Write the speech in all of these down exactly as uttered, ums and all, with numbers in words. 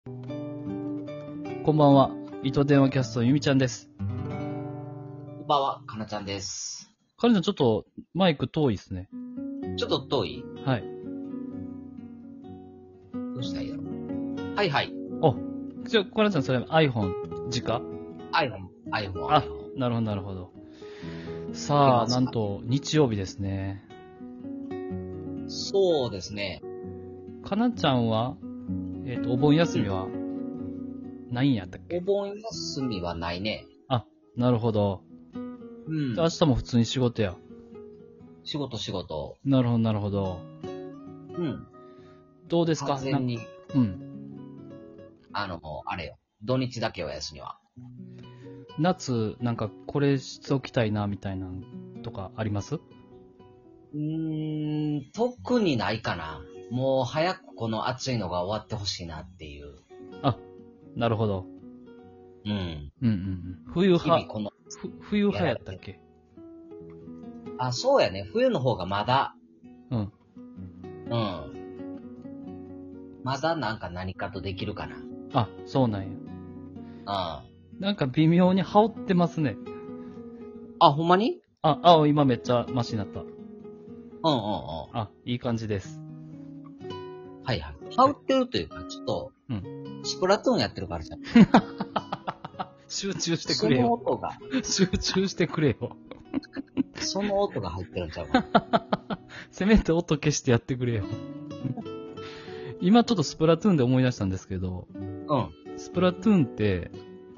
こんばんは。糸電話キャストゆみちゃんです。 こんばんは、かなちゃんです。 かなちゃんちょっとマイク遠いですね。 ちょっと遠いはい。 どうしたらいいやろはいはい。 お、じゃあ、かなちゃんそれ iPhone 直 iPhone、iPhone、 あ、 iPhone。 なるほどなるほど。さあ、なんと日曜日ですね。 そうですね。 かなちゃんは、えっ、と、お盆休みはないんやったっけ？ お盆休みはないね。 あ、なるほど。 うん。 明日も普通に仕事や。 仕事仕事。 なるほどなるほど。 うん。 どうですか？ 完全に、 うん。 あの、あれよ。土日だけお休みは。 夏、なんかこれしておきたいな、みたいなのとかあります？ うーん、特にないかな。もう早くこの暑いのが終わってほしいなっていう。 あ、なるほど。 うん。 うんうんうん。冬派、 日々この、 ふ冬派やったっけ？ あ、そうやね。冬の方がまだ、 うん。 うん。まだなんか何かとできるかな。 あ、そうなんや。 うん。 なんか微妙に羽織ってますね。 あ、ほんまにあ、青今めっちゃマシになった。 うんうんうん。 あ、いい感じです。 はいはい。羽織ってるというか、ちょっと、 うん。 スプラトゥーンやってるからじゃん。 集中してくそのれよ。 音が、 集中してくれよ。 その音が入ってるんちゃうかな。 せめて音消してやってくれよ。今ちょっとスプラトゥーンで思い出したんですけど、 うん。 スプラトゥーンって、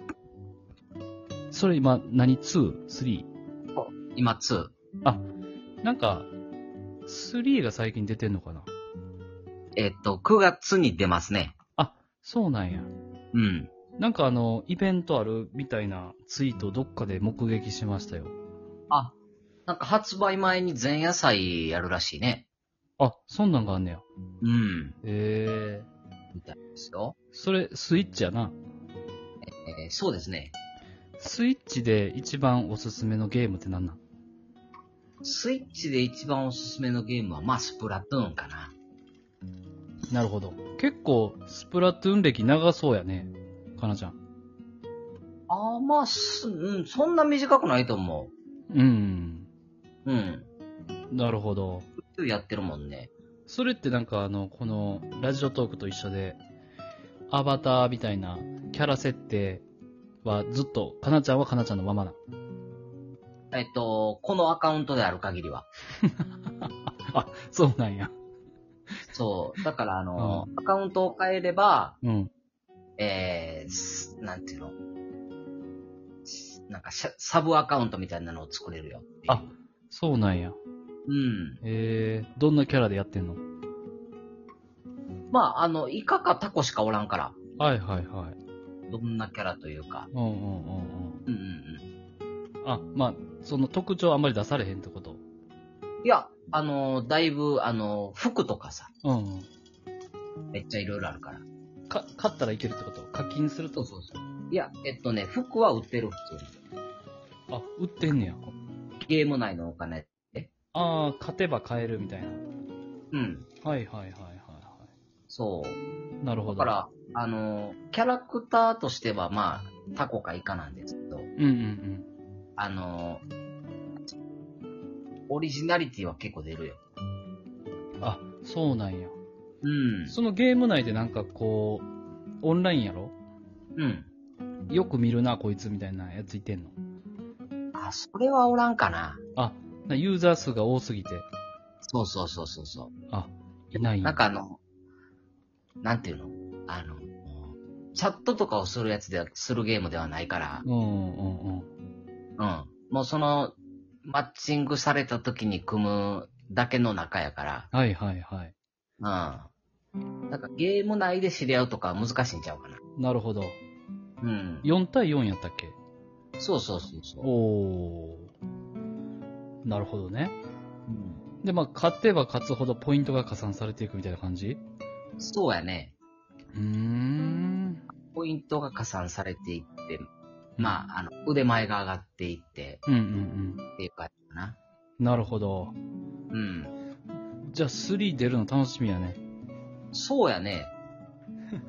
それ今何 ツー？スリー？ 今ツー。 あ、なんか、スリーが最近出てんのかな？ えっと、くがつに出ますね。 あ、そうなんや。 うん。 なんかあの、イベントあるみたいなツイートどっかで目撃しましたよ。 あ、なんか発売前に前夜祭やるらしいね。 あ、そんなんがあんねや。 うん。 へえ。 みたいですよ。 それ、スイッチやな。 えーそうですね。 スイッチで一番おすすめのゲームって何なん？ スイッチで一番おすすめのゲームは、まあ、スプラトゥーンかな。 なるほど。結構、スプラトゥーン歴長そうやね。かなちゃん。 ああ、まあ、す、うん、そんな短くないと思うん。 う。うん。 なるほど。 やってるもんね。 それってなんかあの、この、ラジオトークと一緒で、アバターみたいなキャラ設定はずっと、かなちゃんはかなちゃんのままな。 えっと、このアカウントである限りは。 あ、そうなんや。 そう。だから、あの、 うアカウントを変えれば、 うん。 えーす、なんていうのなんかシャサブアカウントみたいなのを作れるよっていう。 あ、そうなんや。 うん。 えー、どんなキャラでやってんの？ まあ、あの、イカかタコしかおらんから、 はいはいはい。 どんなキャラというか。 うんうんうんうん。 うんうんうん。 あ、まあ、その特徴あんまり出されへんってこと？ いや、あの、だいぶ、あの、服とかさ、 うんうん。 めっちゃいろいろあるから。 か、買ったらいけるってこと？課金すると？ そうそうそう。いや、えっとね、服は売ってる、普通に。 あ、売ってんねや。 ゲーム内のお金で。 ああ、勝てば買えるみたいな。 うん。 はいはいはいはいはそい。なるう。 ほど。 だから、あの、キャラクターとしては、まあ、タコかイカなんですけど、 うんうんうん。 あの、オリジナリティは結構出るよ。 あ、そうなんや。 うん。 そのゲーム内でなんかこう、オンラインやろ？ うん。 よく見るな、こいつみたいなやついてんの？ あ、それはおらんかな。 あ、ユーザー数が多すぎて。 そうそうそうそうそう。 あ、いないんや。 なんかあの、なんていうのあの、チャットとかをするやつでは、するゲームではないから、 うんうんうん。 うん。もうその、マッチングされた時に組むだけの仲やから、 はいはいはい。 うん。なんかゲーム内で知り合うとかは難しいんちゃうかな。 なるほど。 うん。 よん対よんやったっけ？ そうそうそうそう。 おー。なるほどね。 うん、 で、まあ、勝てば勝つほどポイントが加算されていくみたいな感じ？ そうやね。 うーん。 ポイントが加算されていって、まあ、あの、腕前が上がっていって、 うんうんっていう感じかな。 うん。なるほど。 うん。 じゃあスリー出るの楽しみやね。 そうやね。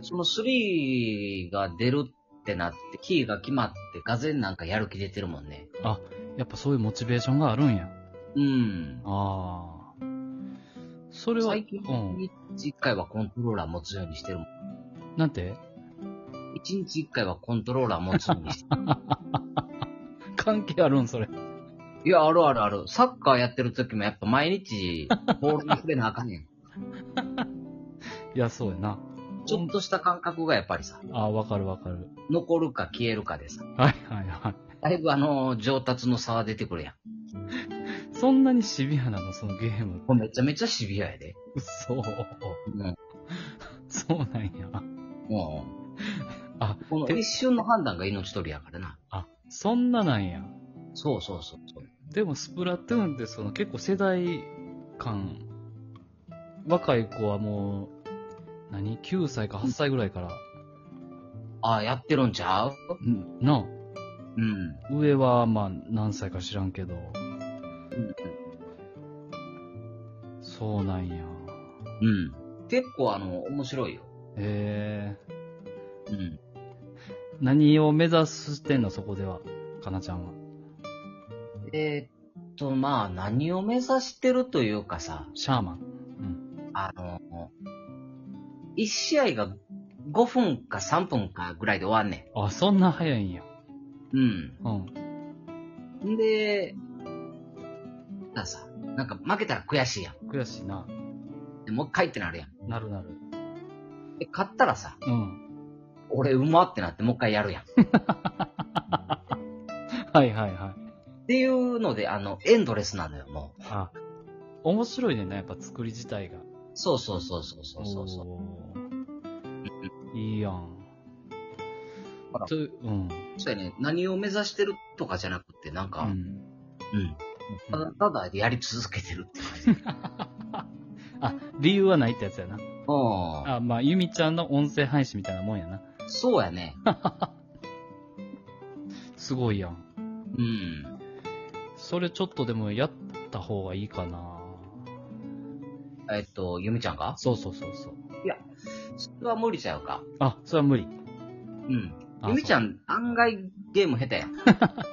そのスリーが出るってなって、キーが決まって、がぜんなんかやる気出てるもんね。 あ、やっぱそういうモチベーションがあるんや。 うん。 ああ。それは、 最近、 うん。 一日一回はコントローラー持つようにしてるもん。 なんて一日一回はコントローラー持つようにしてる。 関係あるんそれ。 いや、あるあるある。サッカーやってる時もやっぱ毎日、ボールに触れなあかんねん。 いや、そうやな。 ちょっとした感覚がやっぱりさ、 ああ、わかるわかる。 残るか消えるかでさ、 はいはいはい。 だいぶあの、上達の差は出てくるやん。 そんなにシビアなのそのゲーム。 これめちゃめちゃシビアやで。 嘘。 うん。 そうなんや。 もあ、 う、この一瞬の判断が命取りやからな。 あ、そんななんや。 そうそうそうそう。 でもスプラトゥーンってその結構世代間、若い子はもう、何 ?きゅう 歳かはっさいぐらいから、 ああ、やってるんちゃう？ んなうん。 あ上はまあ何歳か知らんけど、 うん。 そうなんや。 うん。結構あの、面白いよ。 へえ。 うん。 何を目指してんのそこでは、かなちゃんは。 えーっと、まあ、何を目指してるというかさ、 シャーマン。うん。 あの、一試合がごふんかさんぷんかぐらいで終わんねあ、そんな早いんや。 ん。うん。 うん。 んで、だからさ、なんか負けたら悔しいやん。 悔しいな。 でもう一回ってなるやん。 なるなる。 で、勝ったらさ、 うん。 俺うまってなってもう一回やるやん。っはいはいはい。 ていうので、あの、エンドレスなのよ、もう。 あ、面白いねんな、やっぱ作り自体が。 そうそうそうそうそうそうそう。 おーいいやん。 ほらとうん。 そうやね、何を目指してるとかじゃなくて、なんか、 ううん。 ん。 ただ、ただやり続けてるって感じ。 あ、理由はないってやつやな。 うん。 あ、まあ、ゆみちゃんの音声配信みたいなもんやな。 そうやね。 すごいやん。 うん。 それちょっとでもやった方がいいかな。 えっと、ゆみちゃんがそうそうそうそう。 それは無理ちゃうか。 あ、それは無理。 うん。 あゆみちゃん、案外ゲーム下手やん。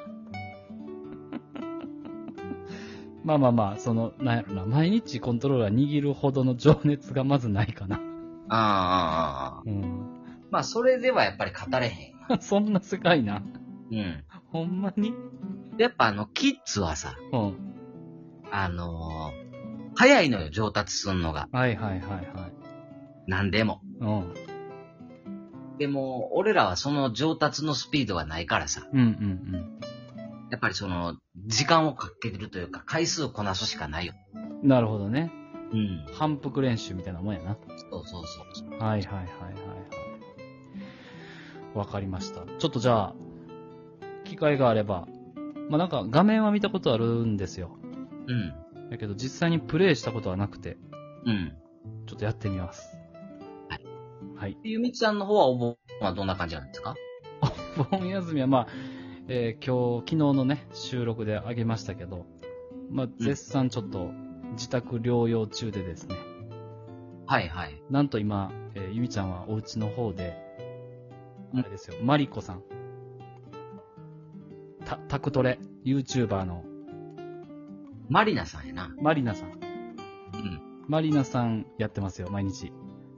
まあまあまあ、その、なんやろな、毎日コントローラー握るほどの情熱がまずないかな。 ああ、ああ。 うん。 まあ、それではやっぱり語れへんよ。 そんな世界な。 うん。 ほんまにやっぱあの、キッズはさ、 うん。 あのー早いのよ、上達すんのが。 はいはいはいはい。 何でも。 うん。 でも、俺らはその上達のスピードがないからさ、 うんうんやっぱりその、時間をかけるというか、回数こなすしかないよ。 うん。なるほどね。 うん。 反復練習みたいなもんやな。 そうそうそう。 はいはいはいはいはい。わかりました。ちょっとじゃあ、機会があれば、まあなんか画面は見たことあるんですよ。 うん。 だけど実際にプレイしたことはなくて、 うん。 ちょっとやってみます。 はい。 はい。 ゆみちゃんの方はお盆はどんな感じなんですか？ お盆休みはまあ、えー今日、昨日のね、収録であげましたけど、まあ絶賛ちょっと自宅療養中でですね、 はいはい。 なんと今、えーゆみちゃんはお家の方で、 うんあれですよ、マリコさん。た、タクトレ、YouTuber のマリナさんやな。 マリナさん。 うん。 マリナさんやってますよ、毎日。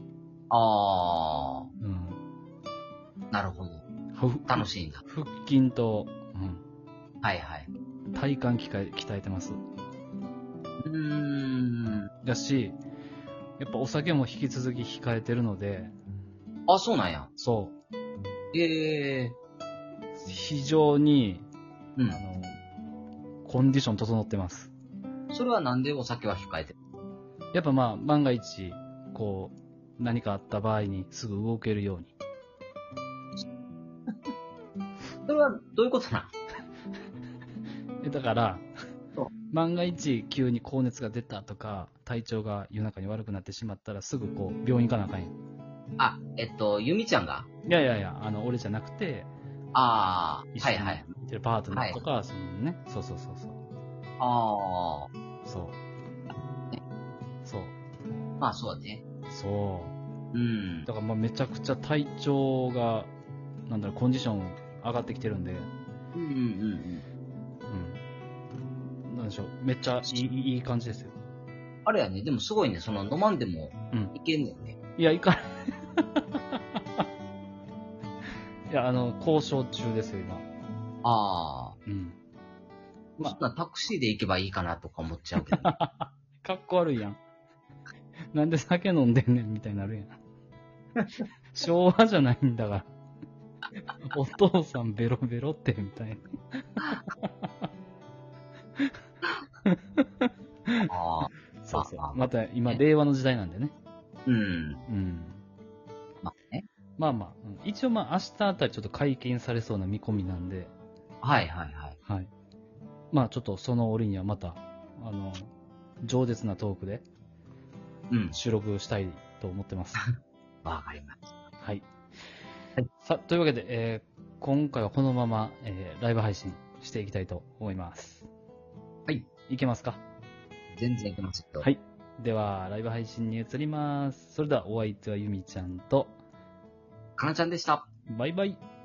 あうん。 ー、なるほど。 ふ楽しいんだ。 腹筋と、 はいはい。 うん、体幹鍛え鍛えてます。 うーん。 だし、やっぱお酒も引き続き控えてるので、 あ、そうなんや。 そう。 ええ非常に、 ー。うあん。 の、コンディション整ってます。 それはなんでお酒は控えてる？ やっぱまあ、万が一、こう、何かあった場合にすぐ動けるように。 それはどういうことなの？ えだからそう、 万が一急に高熱が出たとか、体調が夜中に悪くなってしまったらすぐこう、病院行かなあかんやん。 あ、えっと、ゆみちゃんがいやいやいや、あの、俺じゃなくて、 ああ、 一緒にはいはい。 いてるパートナーとか、そのね、そうそうそうそう。 ああ、 そう。そう。 まあそうだね。 そう。 うん。 だからまあめちゃくちゃ体調が、なんだろう、コンディション上がってきてるんで、 うんうんうんうん。なんでしょう、めっちゃいいいい感じですよ。 あれやね、でもすごいね、その飲まんでもうん。 いけんねんね。 いや、いかない。いや、あの、交渉中ですよ、今。 ああ。 うん。 まあ、そんなタクシーで行けばいいかなとか思っちゃうけど、ね。 かっこ悪いやん。なんで酒飲んでんねんみたいになるやん。昭和じゃないんだから。お父さんベロベロってみたいな。 ああ。 そうそうまあまあ。 また今、 ね令和の時代なんでね。 うん。 うん。 まあね。 まあまあ、うん一応まあ明日あたりちょっと解禁されそうな見込みなんで、 はいはいはい。 はい。まあちょっとその折にはまた、あの、饒舌なトークでうん。 収録したいと思ってます。 わかりました。 はい。 はいさあ、というわけで、えー今回はこのまま、えーライブ配信していきたいと思います。 はい。 いけますか？ 全然いけますよ。 はい。では、ライブ配信に移ります。それでは、お相手はゆみちゃんと、 かなちゃんでした。 バイバイ。